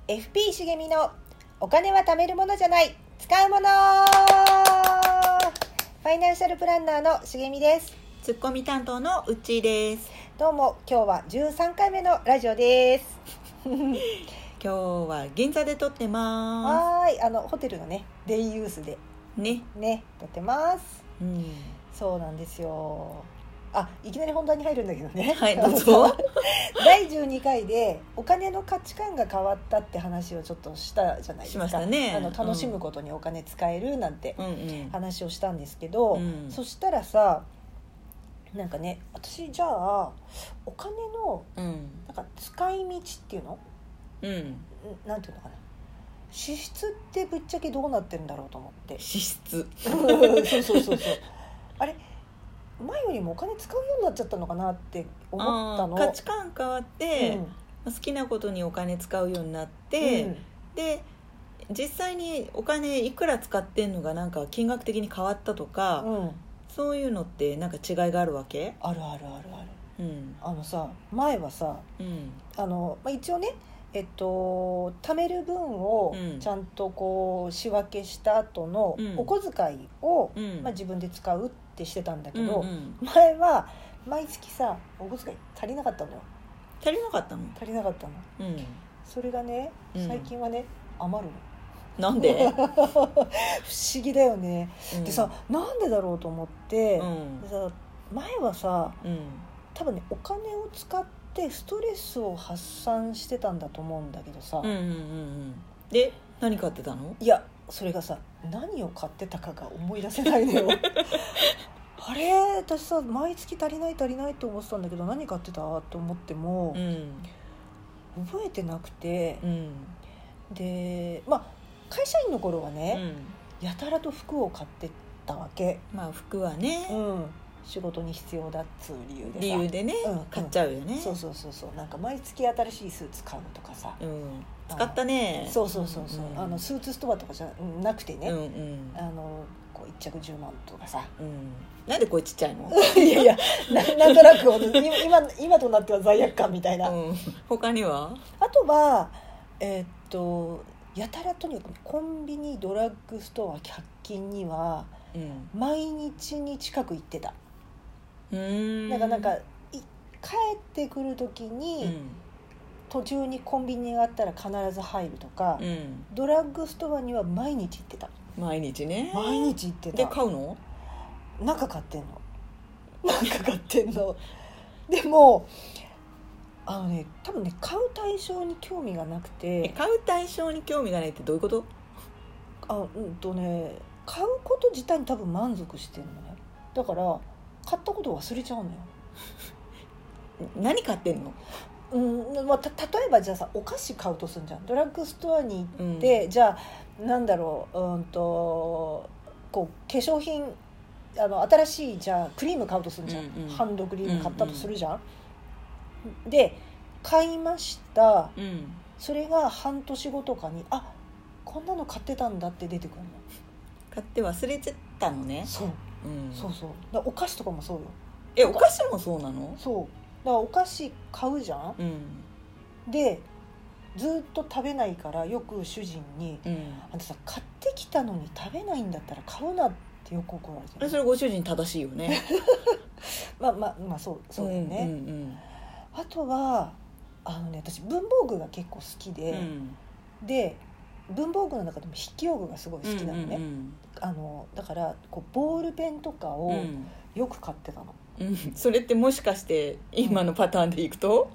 FP 茂みのお金は貯めるものじゃない使うもの。ファイナンシャルプランナーの茂みです。 ツッコミ担当のうっちーです。 どうも、今日は13回目のラジオです今日は銀座で撮ってまはい、ホテルのねデイユースでね撮ってます、 うんそうなんですよ。いきなり本題に入るんだけどね。 はい、どうぞ。 第12回でお金の価値観が変わったって話をちょっとしたじゃないですか。 しましたね。 楽しむことにお金使えるなんて話をしたんですけど、 うんそしたらさ、なんかね、私じゃあお金のなんか使い道っていうの、なんていうのかな、支出ってぶっちゃけどうなってるんだろうと思って。 支出そうあれ、前よりもお金使うようになっちゃったのかなって思ったの。 価値観変わって、好きなことにお金使うようになって、で実際にお金いくら使ってんのがなんか金額的に変わったとか、そういうのってなんか違いがあるわけ？ ある、さ、前はさ、一応ね、貯める分をちゃんとこう仕分けした後のお小遣いを、自分で使うってしてたんだけど、前は毎月さお小遣い足りなかったのよ。 足りなかったの、 それがね、最近はね、余るの。 なんで？ 不思議だよね、でさ、なんでだろうと思って、でさ、前はさ、多分ね、お金を使ってストレスを発散してたんだと思うんだけどさ、 で、何買ってたの？ いや、それがさ、何を買ってたかが思い出せないのよあれ、私さ、毎月足りないと思ってたんだけど、何買ってたと思っても、覚えてなくて、で、会社員の頃はね、やたらと服を買ってたわけ。 服はね、 仕事に必要だっつう理由でね、買っちゃうよね。 そうなんか毎月新しいスーツ買うとかさ、 使ったね。 そう、スーツストアとかじゃなくてね、こう1着10万とかさ、 なんでこれちっちゃいの？ いやなんとなく今となっては罪悪感みたいな、 他には？ あとはやたらとにかくコンビニ、ドラッグストア、100均には毎日に近く行ってた。なんか帰ってくる時に、途中にコンビニがあったら必ず入るとか、ドラッグストアには毎日行ってた。 毎日ね。 毎日行ってた。 で、買うの？ なんか買ってんのでも多分ね、買う対象に興味がなくて。 買う対象に興味がないってどういうこと？ 買うこと自体に多分満足してるのね。だから買ったことを忘れちゃうのよ何買ってんの？ 例えばじゃあさ、お菓子買うとするじゃん。ドラッグストアに行って、じゃあなんだろう、こう化粧品、新しいじゃあクリーム買うとするじゃん、ハンドクリーム買ったとするじゃん、で買いました、それが半年後とかに、こんなの買ってたんだって出てくるの。 買って忘れちゃったのね。 そう、だからお菓子とかもそうよ。 お菓子もそうなの？ そうだからお菓子買うじゃん、でずっと食べないから、よく主人に、あんたさ、買ってきたのに食べないんだったら買うなってよく怒られてる。 それご主人正しいよねそうだよね、あとは私文房具が結構好きで、で文房具の中でも筆記用具がすごい好きなのね、だからボールペンとかをよく買ってたの、 それってもしかして今のパターンでいくと、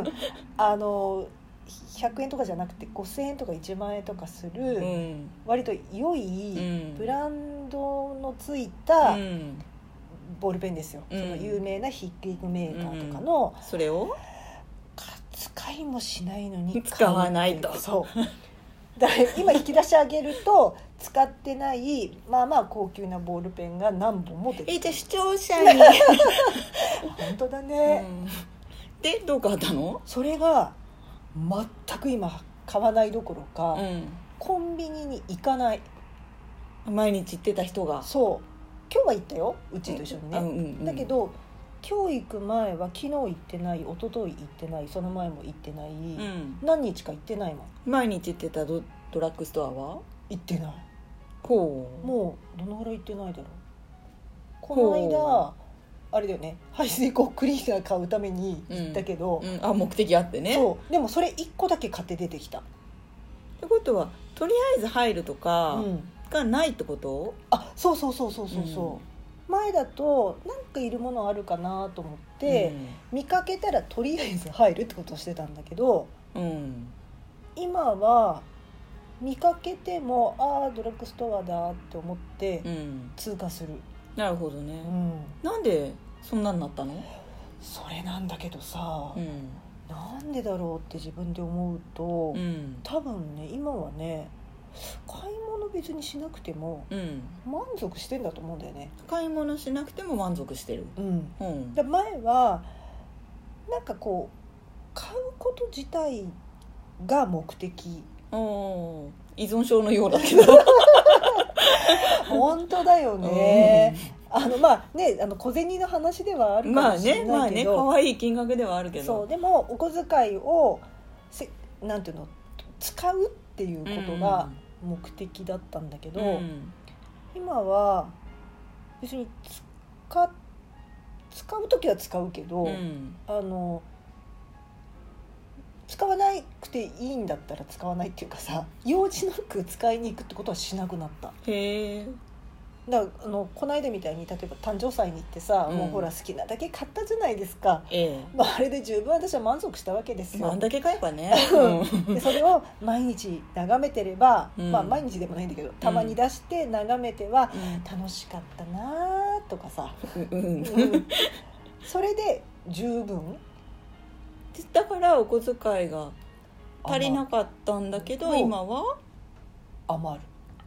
100円とかじゃなくて5000円とか1万円とかする、割と良いブランドのついたボールペンですよ、その有名な筆記具メーカーとかの、 それを使いもしないのに使わないと。 そうだから今引き出し上げると使ってない高級なボールペンが何本も出てる。 じゃあ視聴者に本当だね、 でどう変わったの？ それが全く今買わないどころか、コンビニに行かない。 毎日行ってた人が。 そう、今日は行ったよ、うちと一緒にね、だけど今日行く前は昨日行ってない、一昨日行ってない、その前も行ってない、何日か行ってないもん。 毎日行ってたドラッグストアは行ってない。 もうどのぐらい行ってないだろう。この間あれだよね、排水口クリーナー買うために行ったけど、 目的あってね。 そうでもそれ1個だけ買って出てきた。 ってことはとりあえず入るとかがないってこと？ そう、前だとなんかいるものあるかなと思って、見かけたらとりあえず入るってことをしてたんだけど、今は見かけてもドラッグストアだって思って通過する。 なるほどね、なんでそんなになったの？ それなんだけどさ、なんでだろうって自分で思うと、多分ね今はね買い物別にしなくても満足してんだと思うんだよね。 買い物しなくても満足してる。 で前はなんかこう買うこと自体が目的。 依存症のようだけど本当だよね。小銭の話ではあるかもしれないけど、 可愛い金額ではあるけど、 そうでもお小遣いをなんていうの使うっていうことが目的だったんだけど、今は別に使う時は使うけど、使わなくていいんだったら使わないっていうかさ、用事なく使いに行くってことはしなくなった。 へえ。 だからこの間みたいに例えば誕生祭に行ってさ、もうほら好きなだけ買ったじゃないですか、あれで十分私は満足したわけですよ。 あんだけ買えばねでそれを毎日眺めてれば、毎日でもないんだけどたまに出して眺めては、楽しかったなとかさ、それで十分だからお小遣いが足りなかったんだけど、今は余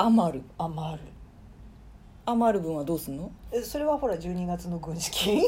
る分はどうすんの？ それはほら12月の軍資金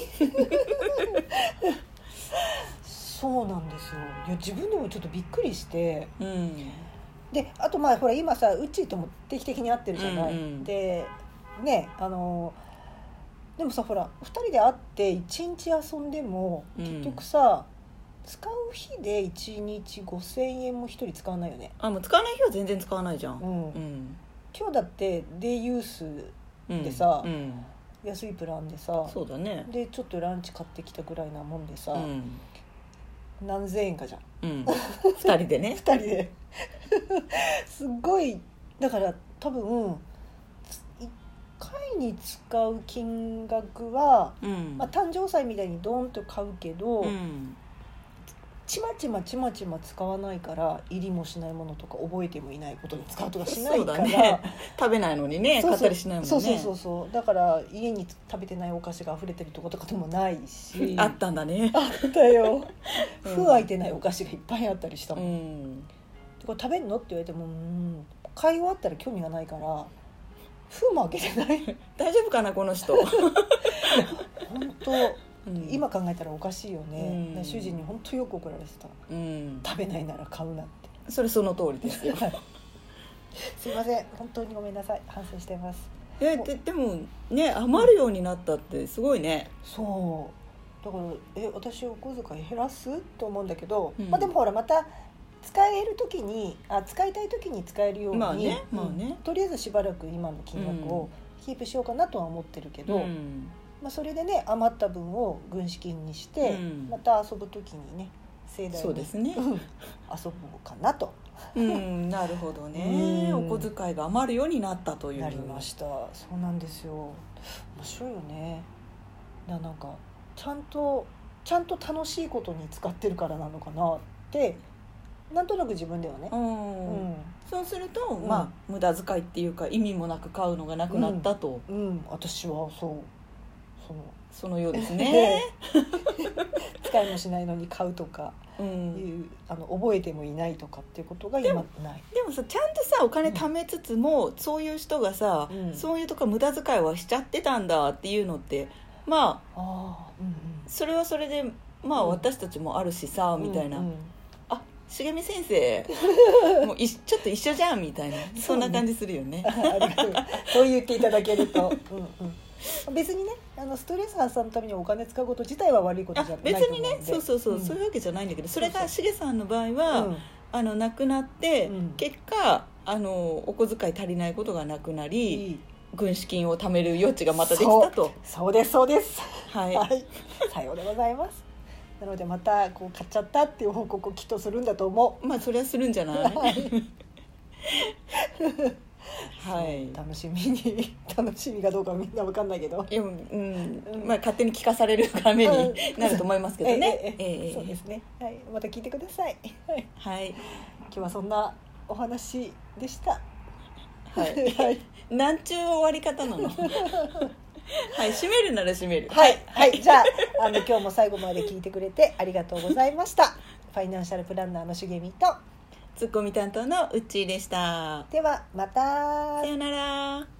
そうなんですよ。いや自分でもちょっとびっくりして、であとほら今さうっちーとも定期的に会ってるじゃない、でねでもさほら2人で会って1日遊んでも、結局さ使う日で1日5000円も1人使わないよね。 もう使わない日は全然使わないじゃん、 今日だってデイユースでさ、安いプランでさ、 そうだね、 でちょっとランチ買ってきたぐらいなもんでさ、何千円かじゃん、 2人でね 2人ですごい。だから多分1回に使う金額は、誕生祭みたいにドーンと買うけど、ちまちま使わないから入りもしないものとか覚えてもいないことに使うとかしないから、 ね、食べないのにね買ったりしないもんね。 そうだから家に食べてないお菓子が溢れてるとことかでもないしあったんだね。 あったよ封開いてないお菓子がいっぱいあったりしたもん、これ食べんのって言われても買い終わったら興味がないから封も開けてない大丈夫かなこの人本当今考えたらおかしいよね、主人に本当よく怒られてた、食べないなら買うなって。 その通りですよすいません本当にごめんなさい、反省してます。 でもね余るようになったってすごいね。 そうだから私お小遣い減らすと思うんだけど、でもほらまた使える時に使いたい時に使えるように、とりあえずしばらく今の金額をキープしようかなとは思ってるけど、それでね余った分を軍資金にして、また遊ぶ時にね盛大にそうですね、 遊ぼうかなと。 なるほどね、お小遣いが余るようになったという。 なりました。そうなんですよ。面白いよね。なんかちゃんと楽しいことに使ってるからなのかなってなんとなく自分ではね、 そうすると、無駄遣いっていうか意味もなく買うのがなくなったと、 私はそのようですね使いもしないのに買うとか覚えてもいないとかっていうことが今ない。 でもさちゃんとさお金貯めつつも、そういう人がさ、そういうとか無駄遣いはしちゃってたんだっていうのってそれはそれで私たちもあるしさ、みたいな、茂美先生もうちょっと一緒じゃんみたいなそんな感じするよね。 ありがとうそう言っていただけると別にねストレス発散のためにお金使うこと自体は悪いことじゃないと思うんで。 別にねそうそうそう、そういうわけじゃないんだけど、それがしげさんの場合は、なくなって、結果お小遣い足りないことがなくなり、軍資金を貯める余地がまたできたと。 そうですそうです、 はい、 さようでございます。なのでまたこう買っちゃったっていう報告をきっとするんだと思う。 まあそれはするんじゃないはい、 楽しみがどうかみんな分かんないけど、 いや、まあ、勝手に聞かされるためになると思いますけどね。 そうですね、はい、また聞いてください。 はい、 今日はそんなお話でした。 はい、はい、なんちゅう終わり方なのはい、閉めるなら閉める。 はい、はい、じゃあ今日も最後まで聞いてくれてありがとうございました。ファイナンシャルプランナーのしげみとツッコミ担当のうっちーでした。 ではまた。 さよなら。